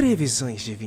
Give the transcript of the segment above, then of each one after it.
Previsões de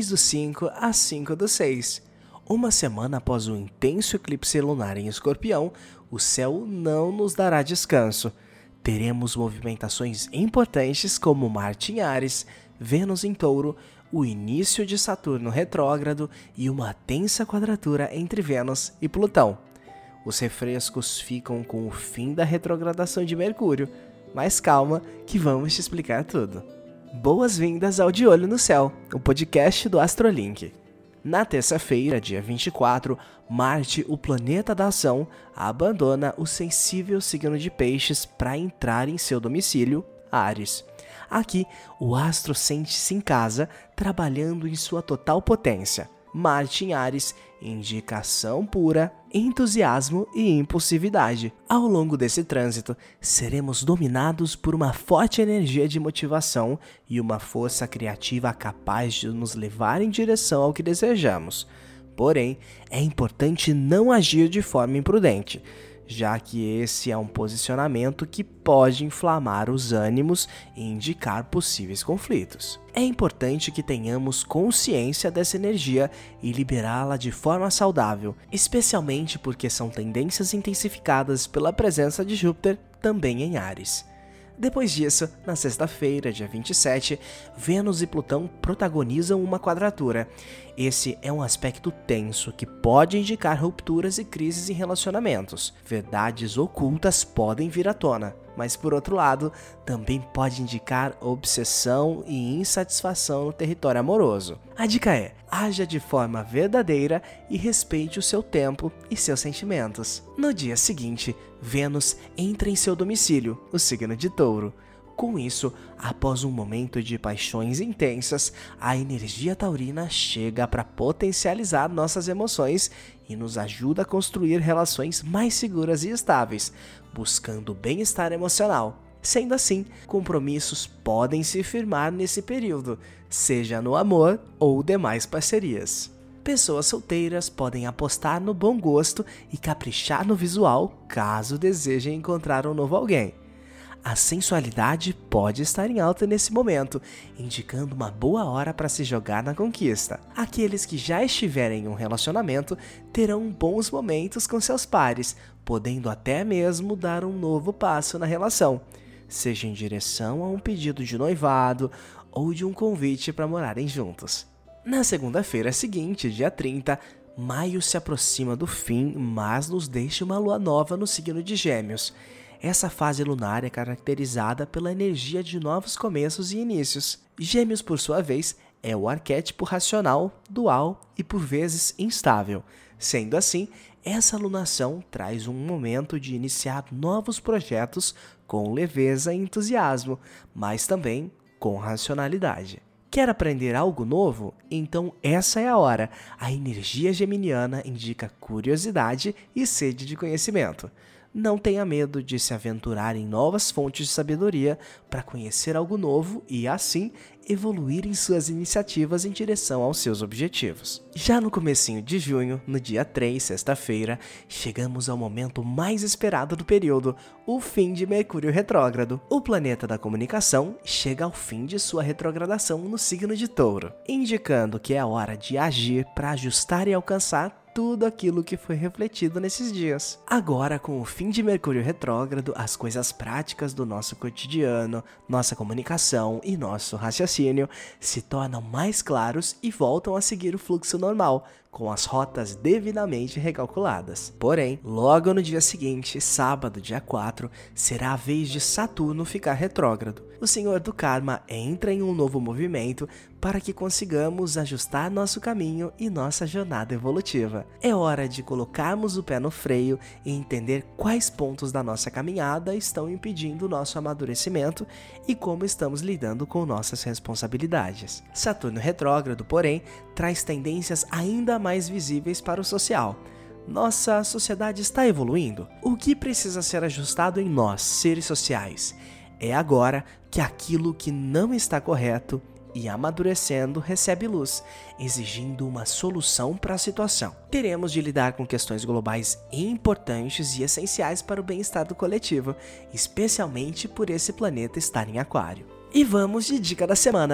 23/5 a 5/6. Uma semana após o intenso eclipse lunar em Escorpião, o céu não nos dará descanso. Teremos movimentações importantes como Marte em Áries, Vênus em Touro, o início de Saturno retrógrado e uma tensa quadratura entre Vênus e Plutão. Os refrescos ficam com o fim da retrogradação de Mercúrio, mas calma que vamos te explicar tudo. Boas-vindas ao De Olho no Céu, o podcast do Astrolink. Na terça-feira, dia 24, Marte, o planeta da ação, abandona o sensível signo de Peixes para entrar em seu domicílio, Áries. Aqui, o astro sente-se em casa, trabalhando em sua total potência. Marte em Áries indica ação pura, entusiasmo e impulsividade. Ao longo desse trânsito, seremos dominados por uma forte energia de motivação e uma força criativa capaz de nos levar em direção ao que desejamos. Porém, é importante não agir de forma imprudente, já que esse é um posicionamento que pode inflamar os ânimos e indicar possíveis conflitos. É importante que tenhamos consciência dessa energia e liberá-la de forma saudável, especialmente porque são tendências intensificadas pela presença de Júpiter também em Áries. Depois disso, na sexta-feira, dia 27, Vênus e Plutão protagonizam uma quadratura. Esse é um aspecto tenso que pode indicar rupturas e crises em relacionamentos. Verdades ocultas podem vir à tona, mas por outro lado, também pode indicar obsessão e insatisfação no território amoroso. A dica é: haja de forma verdadeira e respeite o seu tempo e seus sentimentos. No dia seguinte, Vênus entra em seu domicílio, o signo de Touro. Com isso, após um momento de paixões intensas, a energia taurina chega para potencializar nossas emoções e nos ajuda a construir relações mais seguras e estáveis, buscando bem-estar emocional. Sendo assim, compromissos podem se firmar nesse período, seja no amor ou demais parcerias. Pessoas solteiras podem apostar no bom gosto e caprichar no visual caso desejem encontrar um novo alguém. A sensualidade pode estar em alta nesse momento, indicando uma boa hora para se jogar na conquista. Aqueles que já estiverem em um relacionamento terão bons momentos com seus pares, podendo até mesmo dar um novo passo na relação, seja em direção a um pedido de noivado ou de um convite para morarem juntos. Na segunda-feira seguinte, dia 30, Maio se aproxima do fim, mas nos deixa uma lua nova no signo de Gêmeos. Essa fase lunar é caracterizada pela energia de novos começos e inícios. Gêmeos, por sua vez, é o arquétipo racional, dual e por vezes instável. Sendo assim, essa lunação traz um momento de iniciar novos projetos com leveza e entusiasmo, mas também com racionalidade. Quer aprender algo novo? Então essa é a hora. A energia geminiana indica curiosidade e sede de conhecimento. Não tenha medo de se aventurar em novas fontes de sabedoria para conhecer algo novo e, assim, evoluir em suas iniciativas em direção aos seus objetivos. Já no comecinho de junho, no dia 3, sexta-feira, chegamos ao momento mais esperado do período, o fim de Mercúrio retrógrado. O planeta da comunicação chega ao fim de sua retrogradação no signo de Touro, indicando que é a hora de agir para ajustar e alcançar tudo aquilo que foi refletido nesses dias. Agora, com o fim de Mercúrio retrógrado, as coisas práticas do nosso cotidiano, nossa comunicação e nosso raciocínio se tornam mais claros e voltam a seguir o fluxo normal, com as rotas devidamente recalculadas. Porém, logo no dia seguinte, sábado, dia 4, será a vez de Saturno ficar retrógrado. O Senhor do Karma entra em um novo movimento para que consigamos ajustar nosso caminho e nossa jornada evolutiva. É hora de colocarmos o pé no freio e entender quais pontos da nossa caminhada estão impedindo o nosso amadurecimento e como estamos lidando com nossas responsabilidades. Saturno retrógrado, porém, traz tendências ainda mais visíveis para o social. Nossa sociedade está evoluindo. O que precisa ser ajustado em nós, seres sociais? É agora que aquilo que não está correto e amadurecendo recebe luz, exigindo uma solução para a situação. Teremos de lidar com questões globais importantes e essenciais para o bem-estar do coletivo, especialmente por esse planeta estar em Aquário. E vamos de dica da semana.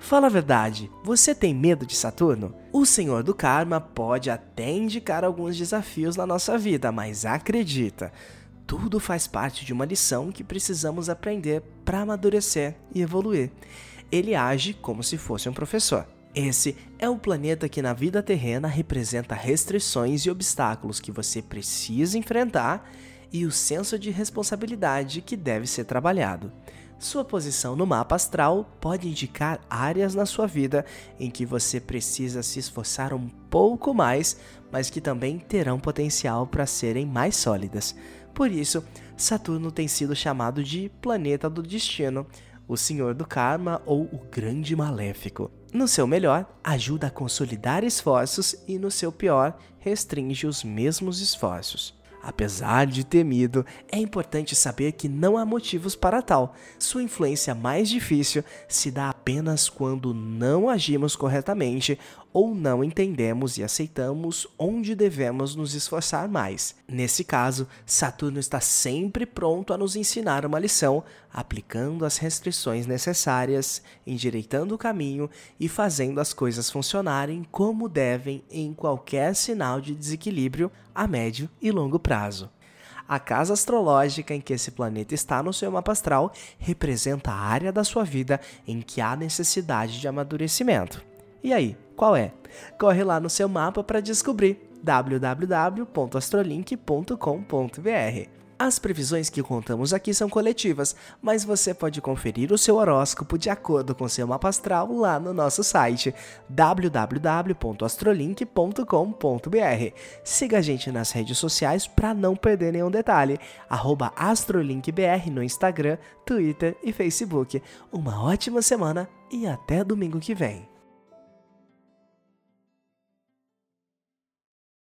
Fala a verdade, você tem medo de Saturno? O Senhor do Karma pode até indicar alguns desafios na nossa vida, mas acredita, tudo faz parte de uma lição que precisamos aprender para amadurecer e evoluir. Ele age como se fosse um professor. Esse é o planeta que na vida terrena representa restrições e obstáculos que você precisa enfrentar e o senso de responsabilidade que deve ser trabalhado. Sua posição no mapa astral pode indicar áreas na sua vida em que você precisa se esforçar um pouco mais, mas que também terão potencial para serem mais sólidas. Por isso, Saturno tem sido chamado de planeta do destino, o Senhor do Karma ou o Grande Maléfico. No seu melhor, ajuda a consolidar esforços e no seu pior, restringe os mesmos esforços. Apesar de temido, é importante saber que não há motivos para tal. Sua influência mais difícil se dá apenas quando não agimos corretamente ou não entendemos e aceitamos onde devemos nos esforçar mais. Nesse caso, Saturno está sempre pronto a nos ensinar uma lição, aplicando as restrições necessárias, endireitando o caminho e fazendo as coisas funcionarem como devem em qualquer sinal de desequilíbrio a médio e longo prazo. A casa astrológica em que esse planeta está no seu mapa astral representa a área da sua vida em que há necessidade de amadurecimento. E aí, qual é? Corre lá no seu mapa para descobrir www.astrolink.com.br. As previsões que contamos aqui são coletivas, mas você pode conferir o seu horóscopo de acordo com seu mapa astral lá no nosso site www.astrolink.com.br. Siga a gente nas redes sociais para não perder nenhum detalhe. @astrolinkbr no Instagram, Twitter e Facebook. Uma ótima semana e até domingo que vem.